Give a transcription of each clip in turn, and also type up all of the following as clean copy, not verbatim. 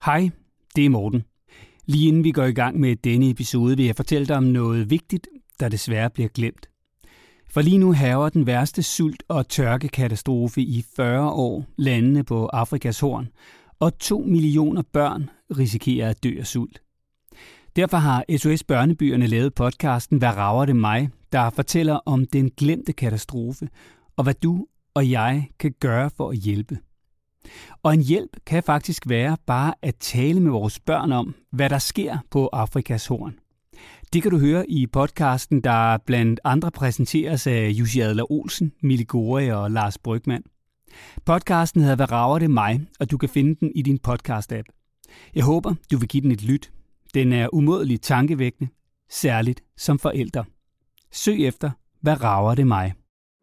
Hej, det er Morten. Lige inden vi går i gang med denne episode, vil jeg fortælle dig om noget vigtigt, der desværre bliver glemt. For lige nu hærger den værste sult- og tørkekatastrofe i 40 år landene på Afrikas Horn, og 2 millioner børn risikerer at dø af sult. Derfor har SOS Børnebyerne lavet podcasten Hvad rager det mig?, der fortæller om den glemte katastrofe, og hvad du og jeg kan gøre for at hjælpe. Og en hjælp kan faktisk være bare at tale med vores børn om, hvad der sker på Afrikas Horn. Det kan du høre i podcasten, der blandt andre præsenteres af Jussi Adler-Olsen, Mille Gore og Lars Brygmann. Podcasten hedder Hvad rager det mig?, og du kan finde den i din podcast-app. Jeg håber, du vil give den et lyt. Den er umådeligt tankevækkende, særligt som forældre. Søg efter Hvad rager det mig?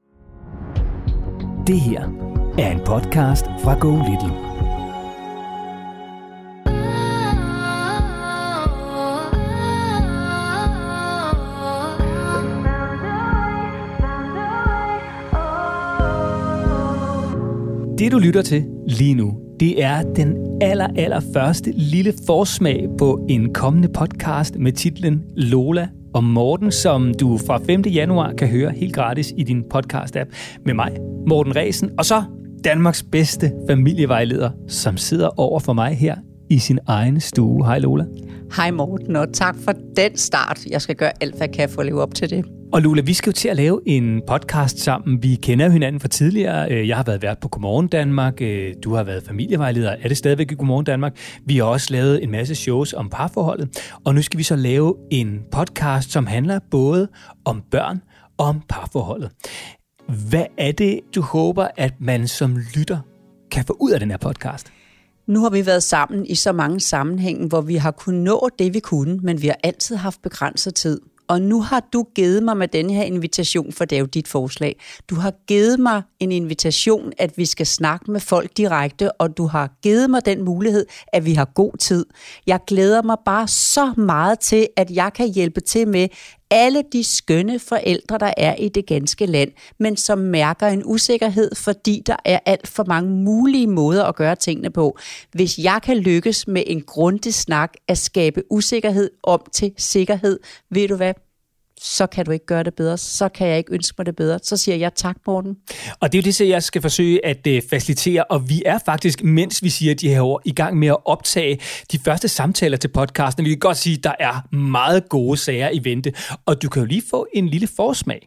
Det her er en podcast fra Go Little. Det du lytter til lige nu, det er den allerførste lille forsmag på en kommende podcast med titlen Lola og Morten, som du fra 5. januar kan høre helt gratis i din podcast-app med mig, Morten Ræsen, og så Danmarks bedste familievejleder, som sidder over for mig her i sin egen stue. Hej Lola. Hej Morten, og tak for den start. Jeg skal gøre alt, hvad jeg kan for at leve op til det. Og Lola, vi skal jo til at lave en podcast sammen. Vi kender jo hinanden fra tidligere. Jeg har været vært på Godmorgen Danmark. Du har været familievejleder. Er det stadigvæk i Godmorgen Danmark? Vi har også lavet en masse shows om parforholdet. Og nu skal vi så lave en podcast, som handler både om børn og om parforholdet. Hvad er det, du håber, at man som lytter kan få ud af den her podcast? Nu har vi været sammen i så mange sammenhænge, hvor vi har kunnet nå det, vi kunne, men vi har altid haft begrænset tid. Og nu har du givet mig med denne her invitation, for det er jo dit forslag. Du har givet mig en invitation, at vi skal snakke med folk direkte, og du har givet mig den mulighed, at vi har god tid. Jeg glæder mig bare så meget til, at jeg kan hjælpe til med alle de skønne forældre, der er i det ganske land, men som mærker en usikkerhed, fordi der er alt for mange mulige måder at gøre tingene på. Hvis jeg kan lykkes med en grundig snak at skabe usikkerhed om til sikkerhed, ved du hvad? Så kan du ikke gøre det bedre, så kan jeg ikke ønske mig det bedre. Så siger jeg tak, Morten. Og det er jo det, så jeg skal forsøge at facilitere, og vi er faktisk, mens vi siger de her ord, i gang med at optage de første samtaler til podcasten. Vi kan godt sige, at der er meget gode sager i vente, og du kan jo lige få en lille forsmag.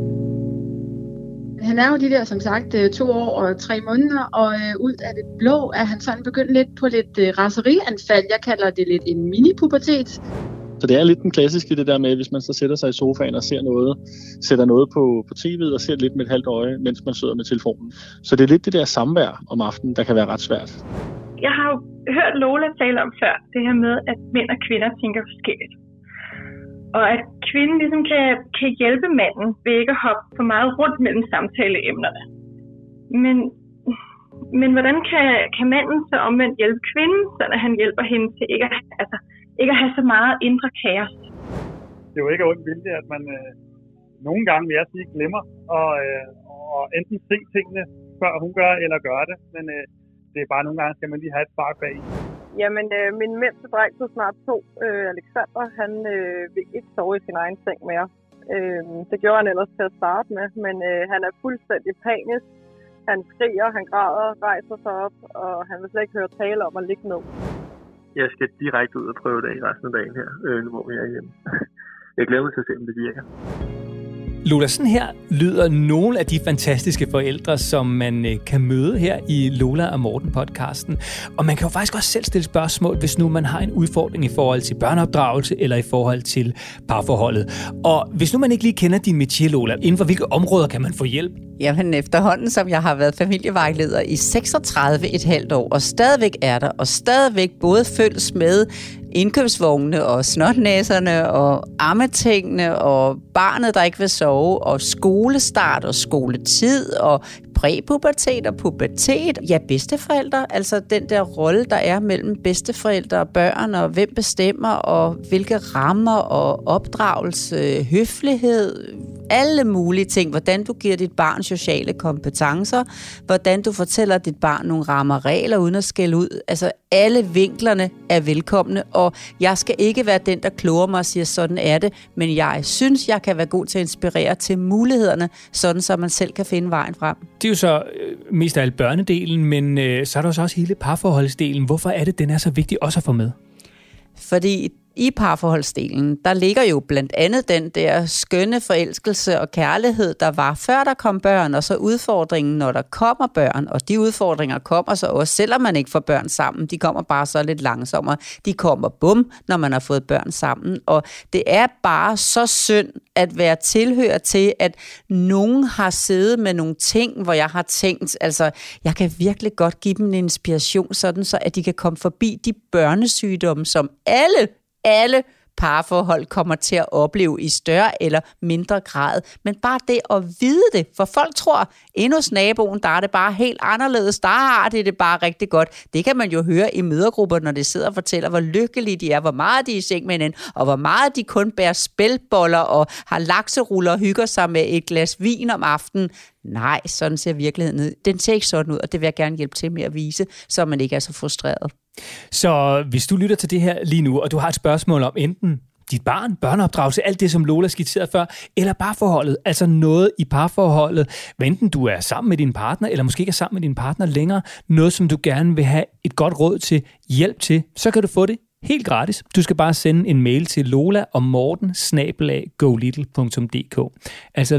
Han er jo de der, som sagt, 2 år og 3 måneder, og ud af det blå er han sådan begyndt lidt på lidt raserianfald. Jeg kalder det lidt en mini-pubertet. Så det er lidt den klassiske, det der med, hvis man så sætter sig i sofaen og sætter noget på tv'et og ser lidt med et halvt øje, mens man sidder med telefonen. Så det er lidt det der samvær om aftenen, der kan være ret svært. Jeg har jo hørt Lola tale om før, det her med, at mænd og kvinder tænker forskelligt. Og at kvinden ligesom kan hjælpe manden ved ikke at hoppe for meget rundt mellem samtaleemnerne. Men hvordan kan manden så omvendt hjælpe kvinden, så at han hjælper hende til ikke at have så meget indre kaos? Det er jo ikke ondt vilje, at man nogle gange, vil jeg sige, glemmer og enten se tingene, før hun gør eller gør det. Men det er bare nogle gange, skal man lige have et spark bag. Jamen, min mindste dreng på snart 2, Alexander, han vil ikke sove i sin egen seng mere. Det gjorde han ellers til at starte med, men han er fuldstændig panisk. Han skriger, han græder, rejser sig op, og han vil slet ikke høre tale om at ligge ned. Jeg skal direkte ud og prøve det i resten af dagen her, nu hvor vi er hjemme. Jeg glæder mig til at se, om det virker. Lola, sådan her lyder nogle af de fantastiske forældre, som man kan møde her i Lola og Morten-podcasten. Og man kan jo faktisk også selv stille spørgsmål, hvis nu man har en udfordring i forhold til børneopdragelse eller i forhold til parforholdet. Og hvis nu man ikke lige kender din métier, Lola, inden for hvilke områder kan man få hjælp? Jamen efterhånden, som jeg har været familievejleder i 36,5 år, og stadigvæk er der, og stadigvæk både følges med indkøbsvognene og snotnæserne og ammetingene og barnet, der ikke vil sove, og skolestart og skoletid og præpubertet og pubertet. Ja, bedsteforældre, altså den der rolle, der er mellem bedsteforældre og børn, og hvem bestemmer, og hvilke rammer og opdragelse, høflighed, alle mulige ting. Hvordan du giver dit barn sociale kompetencer, hvordan du fortæller dit barn nogle rammer og regler uden at skælde ud. Altså alle vinklerne er velkomne, og jeg skal ikke være den, der kloger mig og siger, sådan er det, men jeg synes, jeg kan være god til at inspirere til mulighederne, sådan så man selv kan finde vejen frem. Det er jo så mest af alt børnedelen, men så er der også hele parforholdsdelen. Hvorfor er det, den er så vigtig også at få med? Fordi i parforholdsdelen, der ligger jo blandt andet den der skønne forelskelse og kærlighed, der var før der kom børn, og så udfordringen, når der kommer børn. Og de udfordringer kommer så også, selvom man ikke får børn sammen. De kommer bare så lidt langsommere. De kommer bum, når man har fået børn sammen. Og det er bare så synd at være tilhører til, at nogen har siddet med nogle ting, hvor jeg har tænkt, altså, jeg kan virkelig godt give dem en inspiration, sådan så at de kan komme forbi de børnesygdomme, som alle parforhold kommer til at opleve i større eller mindre grad. Men bare det at vide det, for folk tror, inde hos naboen, der er det bare helt anderledes, der har det bare rigtig godt. Det kan man jo høre i mødergrupper, når de sidder og fortæller, hvor lykkelige de er, hvor meget de er i seng med hinanden, og hvor meget de kun bærer spælboller og har lakseruller og hygger sig med et glas vin om aftenen. Nej, sådan ser virkeligheden ud. Den ser ikke sådan ud, og det vil jeg gerne hjælpe til med at vise, så man ikke er så frustreret. Så hvis du lytter til det her lige nu, og du har et spørgsmål om enten dit barn, børneopdragelse, alt det, som Lola skitserede før, eller parforholdet, altså noget i parforholdet, hvad enten du er sammen med din partner, eller måske ikke er sammen med din partner længere, noget, som du gerne vil have et godt råd til, hjælp til, så kan du få det helt gratis. Du skal bare sende en mail til lola@golittle.dk. Altså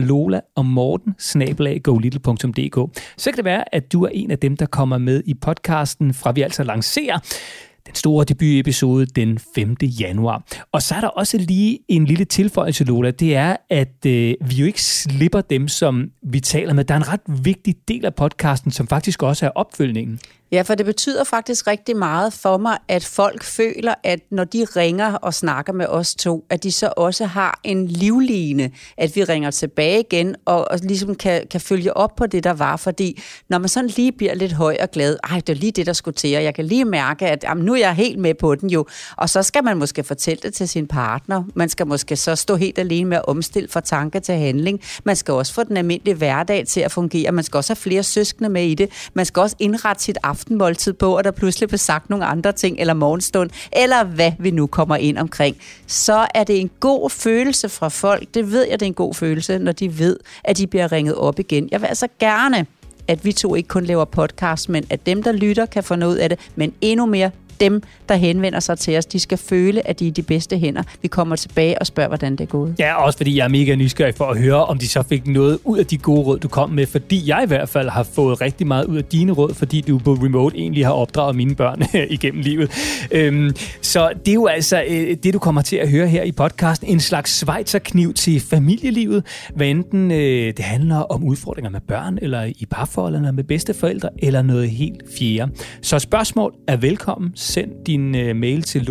lola@golittle.dk. Så kan det være, at du er en af dem, der kommer med i podcasten, fra vi altså lancerer den store debutepisode den 5. januar. Og så er der også lige en lille tilføjelse, Lola. Det er, at vi jo ikke slipper dem, som vi taler med. Der er en ret vigtig del af podcasten, som faktisk også er opfølgningen. Ja, for det betyder faktisk rigtig meget for mig, at folk føler, at når de ringer og snakker med os to, at de så også har en livline, at vi ringer tilbage igen og ligesom kan følge op på det, der var. Fordi når man sådan lige bliver lidt høj og glad, det er lige det, der skulle til, og jeg kan lige mærke, at nu er jeg helt med på den jo. Og så skal man måske fortælle det til sin partner. Man skal måske så stå helt alene med at omstille fra tanke til handling. Man skal også få den almindelige hverdag til at fungere. Man skal også have flere søskende med i det. Man skal også indrette sit aftenmåltid på, og der pludselig bliver sagt nogle andre ting, eller morgenstund, eller hvad vi nu kommer ind omkring. Så er det en god følelse fra folk. Det ved jeg, det er en god følelse, når de ved, at de bliver ringet op igen. Jeg vil altså gerne, at vi to ikke kun laver podcast, men at dem, der lytter, kan få noget ud af det, men endnu mere dem, der henvender sig til os, de skal føle, at de er de bedste hænder. Vi kommer tilbage og spørger, hvordan det er gået. Ja, også fordi jeg er mega nysgerrig for at høre, om de så fik noget ud af de gode råd, du kom med, fordi jeg i hvert fald har fået rigtig meget ud af dine råd, fordi du på remote egentlig har opdraget mine børn igennem livet. Så det er jo altså det, du kommer til at høre her i podcasten, en slags schweizerkniv til familielivet, hvad enten det handler om udfordringer med børn, eller i parforhold, eller med bedsteforældre, eller noget helt fjerde. Så spørgsmål er velkommen. Send din mail til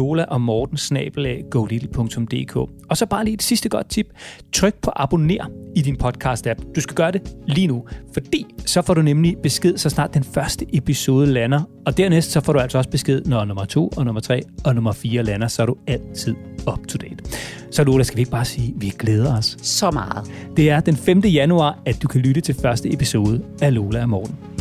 lola@golittle.dk. Og så bare lige et sidste godt tip. Tryk på abonner i din podcast-app. Du skal gøre det lige nu, fordi så får du nemlig besked, så snart den første episode lander. Og dernæst så får du altså også besked, når nummer 2 og nummer 3 og nummer 4 lander, så er du altid up to date. Så Lola, skal vi ikke bare sige, at vi glæder os så meget. Det er den 5. januar, at du kan lytte til første episode af Lola og Morten.